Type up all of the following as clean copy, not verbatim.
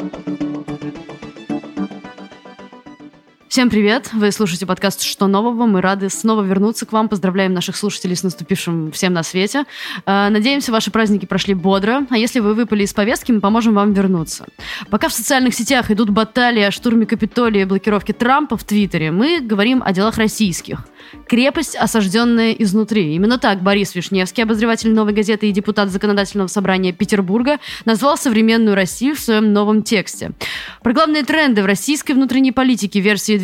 Всем привет! Вы слушаете подкаст «Что нового?». Мы рады снова вернуться к вам. Поздравляем наших слушателей с наступившим всем на свете. Надеемся, ваши праздники прошли бодро. А если вы выпали из повестки, мы поможем вам вернуться. Пока в социальных сетях идут баталии о штурме Капитолия и блокировке Трампа в Твиттере, мы говорим о делах российских. Крепость, осажденная изнутри. Именно так Борис Вишневский, обозреватель «Новой газеты» и депутат Законодательного собрания Петербурга, назвал современную Россию в своем новом тексте. Про главные тренды в российской внутренней политике версии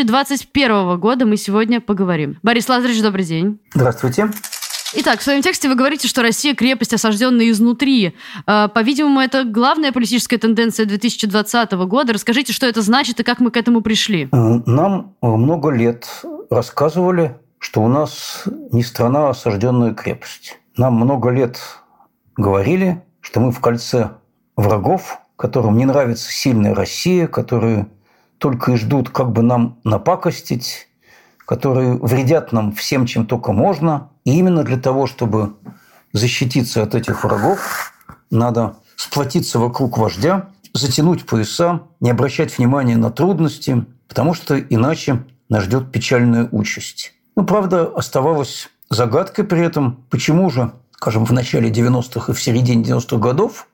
2021 года мы сегодня поговорим. Борис Лазаревич, добрый день. Здравствуйте. Итак, в своем тексте вы говорите, что Россия – крепость, осажденная изнутри. По-видимому, это главная политическая тенденция 2020 года. Расскажите, что это значит и как мы к этому пришли. Нам много лет рассказывали, что у нас не страна, а осажденная крепость. Нам много лет говорили, что мы в кольце врагов, которым не нравится сильная Россия, которые только и ждут, как бы нам напакостить, которые вредят нам всем, чем только можно. И именно для того, чтобы защититься от этих врагов, надо сплотиться вокруг вождя, затянуть пояса, не обращать внимания на трудности, потому что иначе нас ждет печальная участь. Правда, оставалась загадкой при этом, почему же, скажем, в начале 90-х и в середине 90-х годов,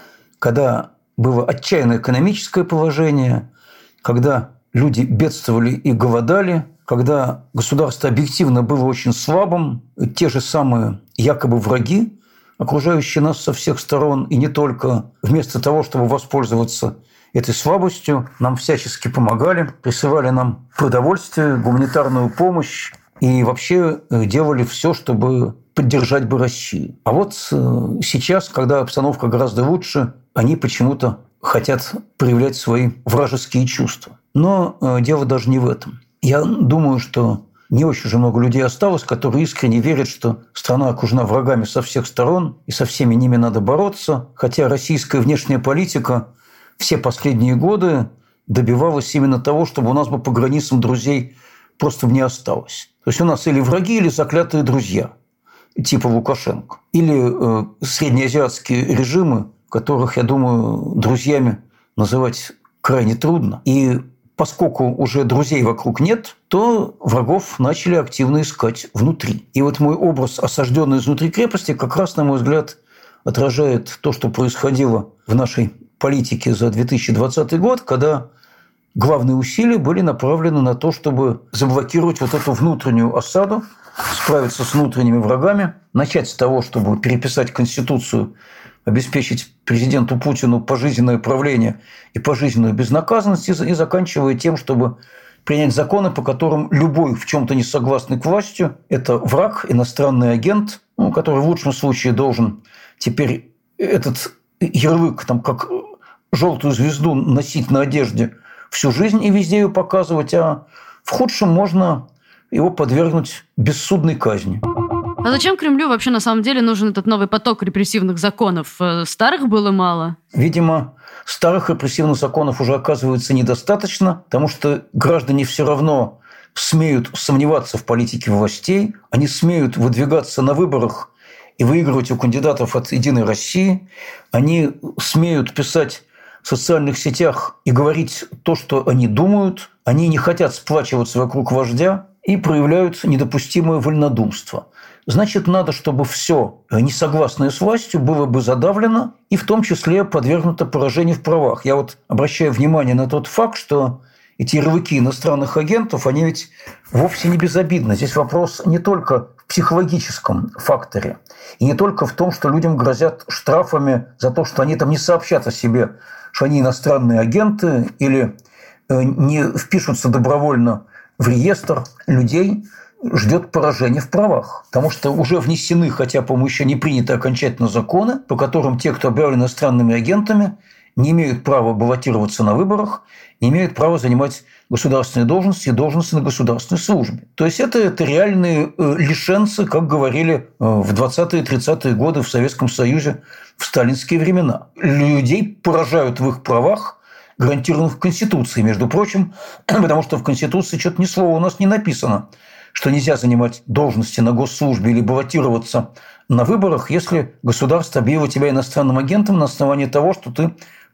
когда было отчаянное экономическое положение, когда люди бедствовали и голодали, когда государство объективно было очень слабым, те же самые якобы враги, окружающие нас со всех сторон, и не только, вместо того, чтобы воспользоваться этой слабостью, нам всячески помогали, присылали нам продовольствие, гуманитарную помощь и вообще делали все, чтобы поддержать бы Россию. А вот сейчас, когда обстановка гораздо лучше, они почему-то хотят проявлять свои вражеские чувства. Но дело даже не в этом. Я думаю, что не очень же много людей осталось, которые искренне верят, что страна окружена врагами со всех сторон, и со всеми ними надо бороться, хотя российская внешняя политика все последние годы добивалась именно того, чтобы у нас бы по границам друзей просто не осталось. То есть у нас или враги, или заклятые друзья, типа Лукашенко, или среднеазиатские режимы, которых, я думаю, друзьями называть крайне трудно. И поскольку уже друзей вокруг нет, то врагов начали активно искать внутри. И вот мой образ осажденной изнутри крепости как раз, на мой взгляд, отражает то, что происходило в нашей политике за 2020 год, когда главные усилия были направлены на то, чтобы заблокировать вот эту внутреннюю осаду, справиться с внутренними врагами, начать с того, чтобы переписать Конституцию, обеспечить президенту Путину пожизненное правление и пожизненную безнаказанность, и заканчивая тем, чтобы принять законы, по которым любой в чем-то не согласный к власти – это враг, иностранный агент, который в лучшем случае должен теперь этот ярлык, как желтую звезду, носить на одежде всю жизнь и везде ее показывать, а в худшем можно его подвергнуть бессудной казни. А зачем Кремлю вообще на самом деле нужен этот новый поток репрессивных законов? Старых было мало? Видимо, старых репрессивных законов уже оказывается недостаточно, потому что граждане все равно смеют сомневаться в политике властей, они смеют выдвигаться на выборах и выигрывать у кандидатов от «Единой России», они смеют писать в социальных сетях и говорить то, что они думают, они не хотят сплачиваться вокруг вождя и проявляют недопустимое вольнодумство. Значит, надо, чтобы все несогласное с властью было бы задавлено и в том числе подвергнуто поражению в правах. Я обращаю внимание на тот факт, что эти ярлыки иностранных агентов, они ведь вовсе не безобидны. Здесь вопрос не только в психологическом факторе и не только в том, что людям грозят штрафами за то, что они не сообщат о себе, что они иностранные агенты или не впишутся добровольно в реестр людей, ждет поражение в правах. Потому что уже внесены, хотя, по-моему, еще не приняты окончательно законы, по которым те, кто объявлены иностранными агентами, не имеют права баллотироваться на выборах, не имеют права занимать государственные должности и должности на государственной службе. То есть это реальные лишенцы, как говорили в 20-е и 30-е годы в Советском Союзе в сталинские времена. Людей поражают в их правах, гарантированных Конституцией, между прочим, потому что в Конституции что-то ни слова у нас не написано, что нельзя занимать должности на госслужбе или баллотироваться на выборах, если государство объявило тебя иностранным агентом на основании того, что ты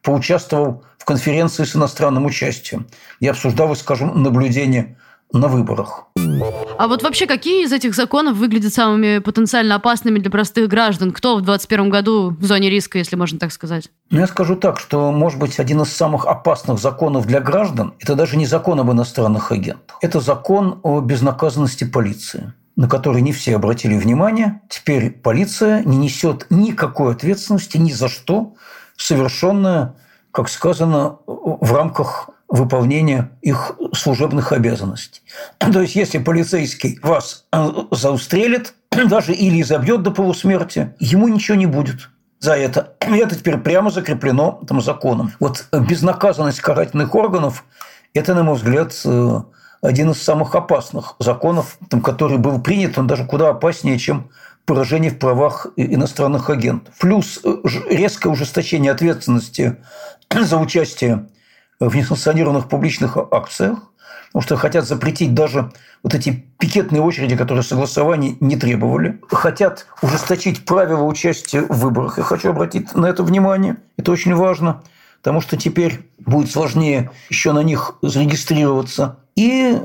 поучаствовал в конференции с иностранным участием. Я обсуждал, скажем, наблюдение на выборах. А вот вообще какие из этих законов выглядят самыми потенциально опасными для простых граждан? Кто в 2021 году в зоне риска, если можно так сказать? Я скажу так, что, может быть, один из самых опасных законов для граждан – это даже не закон об иностранных агентах. Это закон о безнаказанности полиции, на который не все обратили внимание. Теперь полиция не несет никакой ответственности ни за что, совершенное, как сказано, в рамках выполнения их служебных обязанностей. То есть, если полицейский вас заустрелит, даже или изобьет до полусмерти, ему ничего не будет за это. И это теперь прямо закреплено там законом. Вот безнаказанность карательных органов – это, на мой взгляд, один из самых опасных законов, там, который был принят, он даже куда опаснее, чем поражение в правах иностранных агентов. Плюс резкое ужесточение ответственности за участие в несанкционированных публичных акциях, потому что хотят запретить даже вот эти пикетные очереди, которые согласования не требовали. Хотят ужесточить правила участия в выборах. Я хочу обратить на это внимание. Это очень важно, потому что теперь будет сложнее еще на них зарегистрироваться. И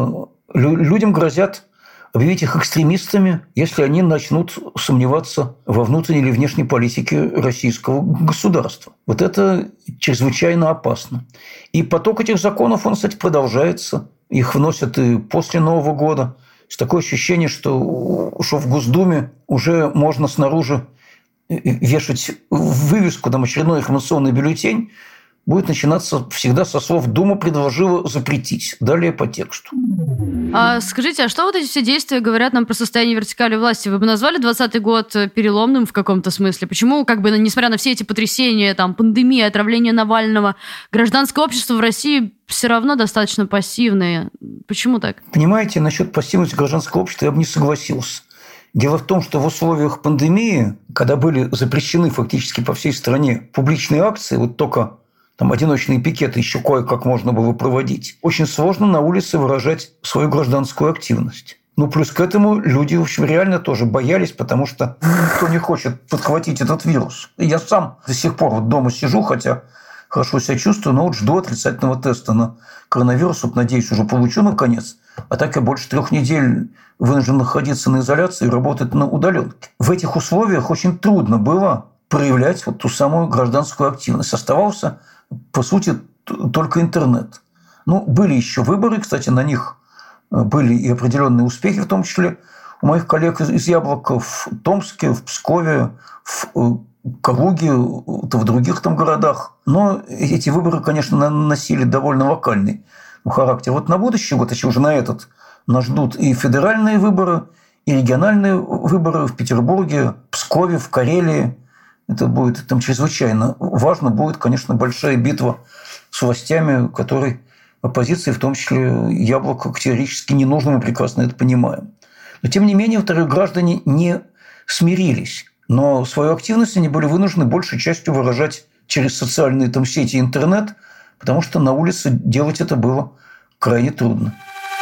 людям грозят объявить их экстремистами, если они начнут сомневаться во внутренней или внешней политике российского государства. Вот это чрезвычайно опасно. И поток этих законов, он, кстати, продолжается. Их вносят и после Нового года. Есть такое ощущение, что в Госдуме уже можно снаружи вешать вывеску, там очередной информационный бюллетень, будет начинаться всегда со слов «Дума предложила запретить». Далее по тексту. Скажите, а что вот эти все действия говорят нам про состояние вертикали власти? Вы бы назвали 2020 год переломным в каком-то смысле? Почему, несмотря на все эти потрясения, пандемия, отравление Навального, гражданское общество в России все равно достаточно пассивное? Почему так? Понимаете, насчет пассивности гражданского общества я бы не согласился. Дело в том, что в условиях пандемии, когда были запрещены фактически по всей стране публичные акции, вот только там одиночные пикеты еще кое-как можно было проводить, очень сложно на улице выражать свою гражданскую активность. Плюс к этому люди, в общем, реально тоже боялись, потому что никто не хочет подхватить этот вирус. Я сам до сих пор дома сижу, хотя хорошо себя чувствую, но жду отрицательного теста на коронавирус. Надеюсь, уже получу наконец. А так я больше 3 недель вынужден находиться на изоляции и работать на удаленке. В этих условиях очень трудно было проявлять ту самую гражданскую активность. Оставался, по сути, только интернет. Были еще выборы, кстати, на них были и определенные успехи, в том числе у моих коллег из «Яблока» в Томске, в Пскове, в Калуге, в других городах. Но эти выборы, конечно, носили довольно локальный характер. На будущий год, еще уже на этот, нас ждут и федеральные выборы, и региональные выборы в Петербурге, в Пскове, в Карелии. Это будет чрезвычайно важно. Будет, конечно, большая битва с властями, которой оппозиции, в том числе «Яблоко», категорически не нужно, мы прекрасно это понимаем. Но, тем не менее, граждане не смирились. Но свою активность они были вынуждены большей частью выражать через социальные сети и интернет, потому что на улице делать это было крайне трудно.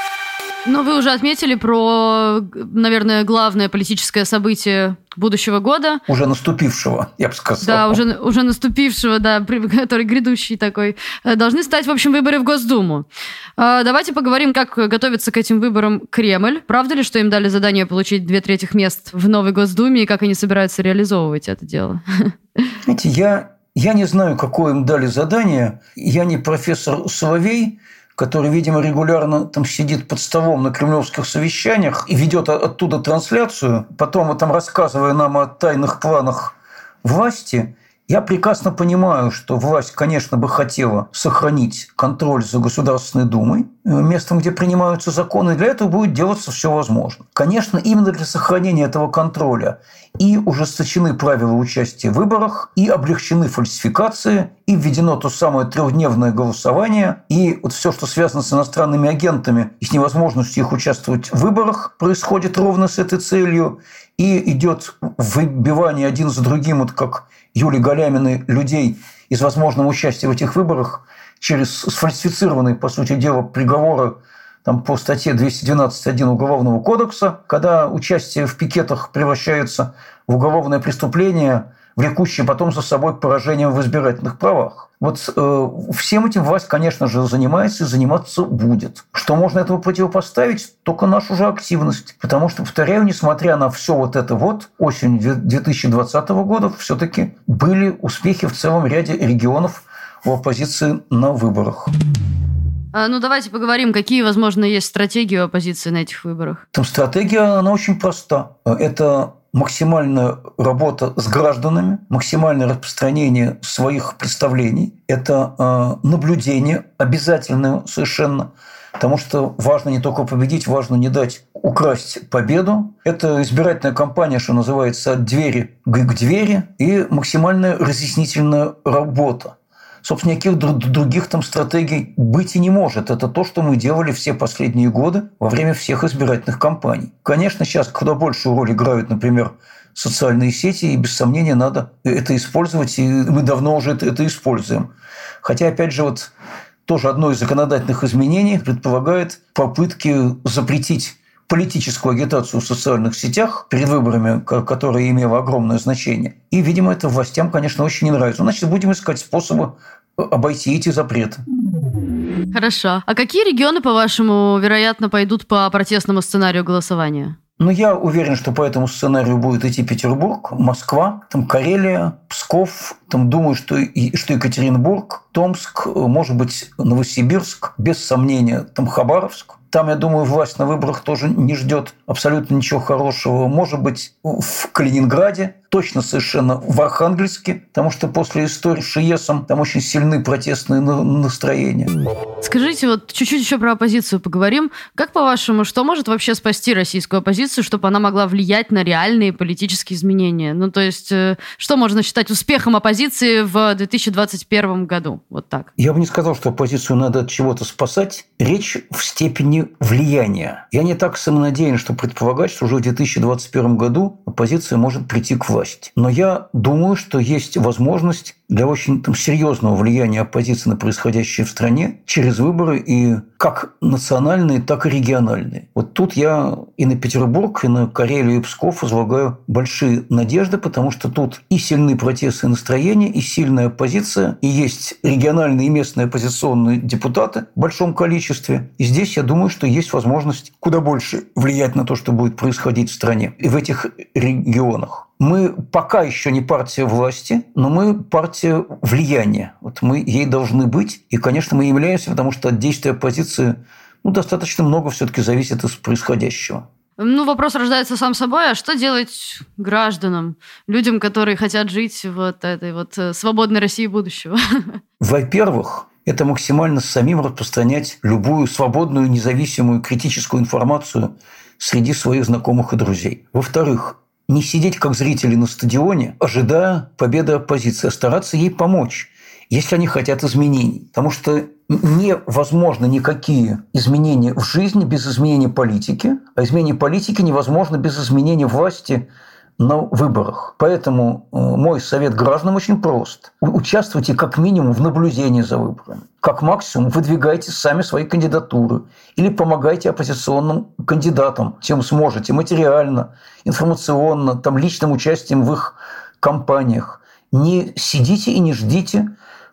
Вы уже отметили про, наверное, главное политическое событие будущего года. Уже наступившего, я бы сказал. Да, уже наступившего, да, который грядущий такой. Должны стать, в общем, выборы в Госдуму. Давайте поговорим, как готовится к этим выборам Кремль. Правда ли, что им дали задание получить 2/3 мест в новой Госдуме, и как они собираются реализовывать это дело? Знаете, я не знаю, какое им дали задание. Я не профессор Соловей, который, видимо, регулярно сидит под столом на кремлевских совещаниях и ведет оттуда трансляцию, потом рассказывая нам о тайных планах власти. Я прекрасно понимаю, что власть, конечно, бы хотела сохранить контроль за Государственной Думой, местом, где принимаются законы, и для этого будет делаться все возможное. Конечно, именно для сохранения этого контроля и ужесточены правила участия в выборах, и облегчены фальсификации, и введено то самое 3-дневное голосование, и все, что связано с иностранными агентами и с невозможностью их участвовать в выборах, происходит ровно с этой целью, и идет выбивание один за другим, как Юлии Галяминой, людей из возможного участия в этих выборах через сфальсифицированные, по сути дела, приговоры по статье 212.1 Уголовного кодекса, когда участие в пикетах превращается в уголовное преступление, влекущие потом за собой поражение в избирательных правах. Вот всем этим власть, конечно же, занимается и заниматься будет. Что можно этому противопоставить? Только нашу же активность. Потому что, повторяю, несмотря на все вот это вот, осенью 2020 года все-таки были успехи в целом ряде регионов у оппозиции на выборах. Ну, давайте поговорим, какие, возможно, есть стратегии у оппозиции на этих выборах. Там стратегия, она очень проста. Это максимальная работа с гражданами, максимальное распространение своих представлений. Это наблюдение обязательное совершенно. Потому что важно не только победить, важно не дать украсть победу. Это избирательная кампания, что называется, от двери к двери, и максимальная разъяснительная работа. Собственно, никаких других там стратегий быть и не может. Это то, что мы делали все последние годы во время всех избирательных кампаний. Конечно, сейчас куда большую роль играют, например, социальные сети, и без сомнения надо это использовать, и мы давно уже это используем. Хотя, опять же, вот тоже одно из законодательных изменений предполагает попытки запретить политическую агитацию в социальных сетях перед выборами, которая имела огромное значение. И, видимо, это властям, конечно, очень не нравится. Значит, будем искать способы обойти эти запреты. Хорошо. А какие регионы, по-вашему, вероятно, пойдут по протестному сценарию голосования? Но я уверен, что по этому сценарию будет идти Петербург, Москва, там Карелия, Псков, там думаю, что Екатеринбург, Томск, может быть, Новосибирск, без сомнения, там Хабаровск. Там, я думаю, власть на выборах тоже не ждет абсолютно ничего хорошего. Может быть, в Калининграде, точно совершенно в Архангельске, потому что после истории с ШИЕСом там очень сильны протестные настроения. Скажите, вот чуть-чуть еще про оппозицию поговорим. Как, по-вашему, что может вообще спасти российскую оппозицию, чтобы она могла влиять на реальные политические изменения? Ну, то есть, что можно считать успехом оппозиции в 2021 году? Вот так. Я бы не сказал, что оппозицию надо от чего-то спасать. Речь в степени влияния. Я не так самонадеян, что предполагать, что уже в 2021 году оппозиция может прийти к власти. Но я думаю, что есть возможность для очень серьезного влияния оппозиции на происходящее в стране через выборы, и как национальные, так и региональные. Вот тут я и на Петербург, и на Карелию, и Псков возлагаю большие надежды, потому что тут и сильны протестные настроения, и сильная оппозиция, и есть региональные и местные оппозиционные депутаты в большом количестве. И здесь я думаю, что есть возможность куда больше влиять на то, что будет происходить в стране и в этих регионах. Мы пока еще не партия власти, но мы партия влияния. Вот мы ей должны быть. И, конечно, мы являемся, потому что от действия оппозиции достаточно много все-таки зависит от происходящего. Вопрос рождается сам собой. А что делать гражданам, людям, которые хотят жить в этой свободной России будущего? Во-первых, это максимально самим распространять любую свободную, независимую, критическую информацию среди своих знакомых и друзей. Во-вторых, не сидеть как зрители на стадионе, ожидая победы оппозиции, а стараться ей помочь, если они хотят изменений. Потому что невозможно никакие изменения в жизни без изменения политики, а изменение политики невозможно без изменения власти на выборах. Поэтому мой совет гражданам очень прост. Участвуйте как минимум в наблюдении за выборами. Как максимум выдвигайте сами свои кандидатуры или помогайте оппозиционным кандидатам, чем сможете, материально, информационно, личным участием в их кампаниях. Не сидите и не ждите,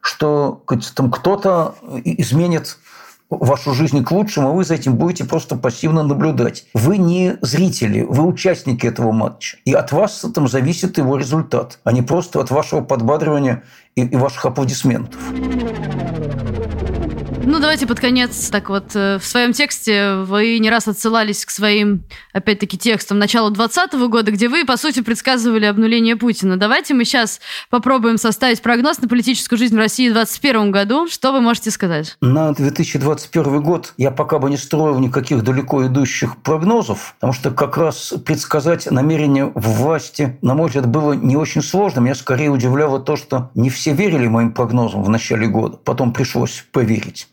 что кто-то изменит вашу жизнь к лучшему, а вы за этим будете просто пассивно наблюдать. Вы не зрители, вы участники этого матча. И от вас зависит его результат, а не просто от вашего подбадривания и ваших аплодисментов. Давайте под конец, в своем тексте вы не раз отсылались к своим, опять-таки, текстам начала 2020 года, где вы, по сути, предсказывали обнуление Путина. Давайте мы сейчас попробуем составить прогноз на политическую жизнь в России в 2021 году. Что вы можете сказать? На 2021 год я пока бы не строил никаких далеко идущих прогнозов, потому что как раз предсказать намерения власти, на мой взгляд, было не очень сложно. Меня скорее удивляло то, что не все верили моим прогнозам в начале года. Потом пришлось поверить.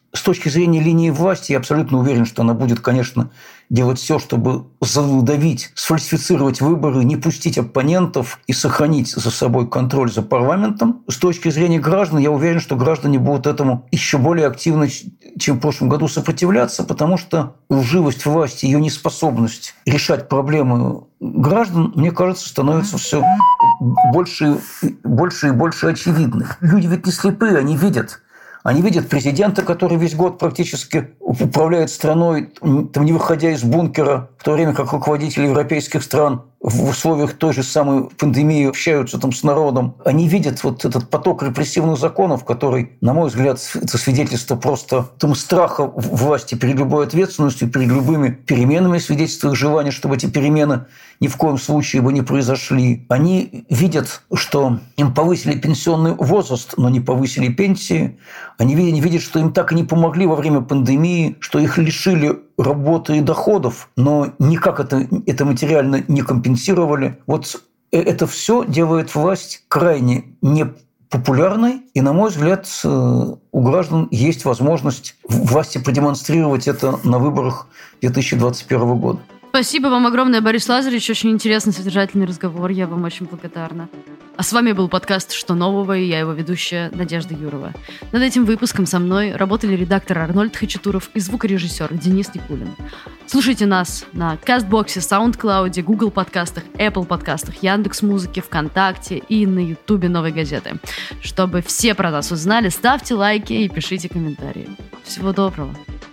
с точки зрения линии власти, я абсолютно уверен, что она будет, конечно, делать все, чтобы задавить, сфальсифицировать выборы, не пустить оппонентов и сохранить за собой контроль за парламентом. С точки зрения граждан, я уверен, что граждане будут этому еще более активно, чем в прошлом году, сопротивляться, потому что лживость власти, ее неспособность решать проблемы граждан, мне кажется, становится все больше и больше очевидной. Люди ведь не слепые, они видят. Они видят президента, который весь год практически управляет страной, там, не выходя из бункера, в то время как руководители европейских стран в условиях той же самой пандемии общаются там с народом. Они видят вот этот поток репрессивных законов, который, на мой взгляд, это свидетельство просто там, страха власти перед любой ответственностью, перед любыми переменами, свидетельство их желания, чтобы эти перемены ни в коем случае бы не произошли. Они видят, что им повысили пенсионный возраст, но не повысили пенсии. Они видят, что им так и не помогли во время пандемии, что их лишили работы и доходов, но никак это материально не компенсировали. Вот это все делает власть крайне непопулярной, и, на мой взгляд, у граждан есть возможность власти продемонстрировать это на выборах 2021 года. Спасибо вам огромное, Борис Лазаревич. Очень интересный, содержательный разговор. Я вам очень благодарна. А с вами был подкаст «Что нового?» и я его ведущая Надежда Юрова. Над этим выпуском со мной работали редактор Арнольд Хачатуров и звукорежиссер Денис Никулин. Слушайте нас на Кастбоксе, Саундклауде, Google подкастах, Apple подкастах, Яндекс.Музыке, ВКонтакте и на Ютубе «Новой газеты». Чтобы все про нас узнали, ставьте лайки и пишите комментарии. Всего доброго.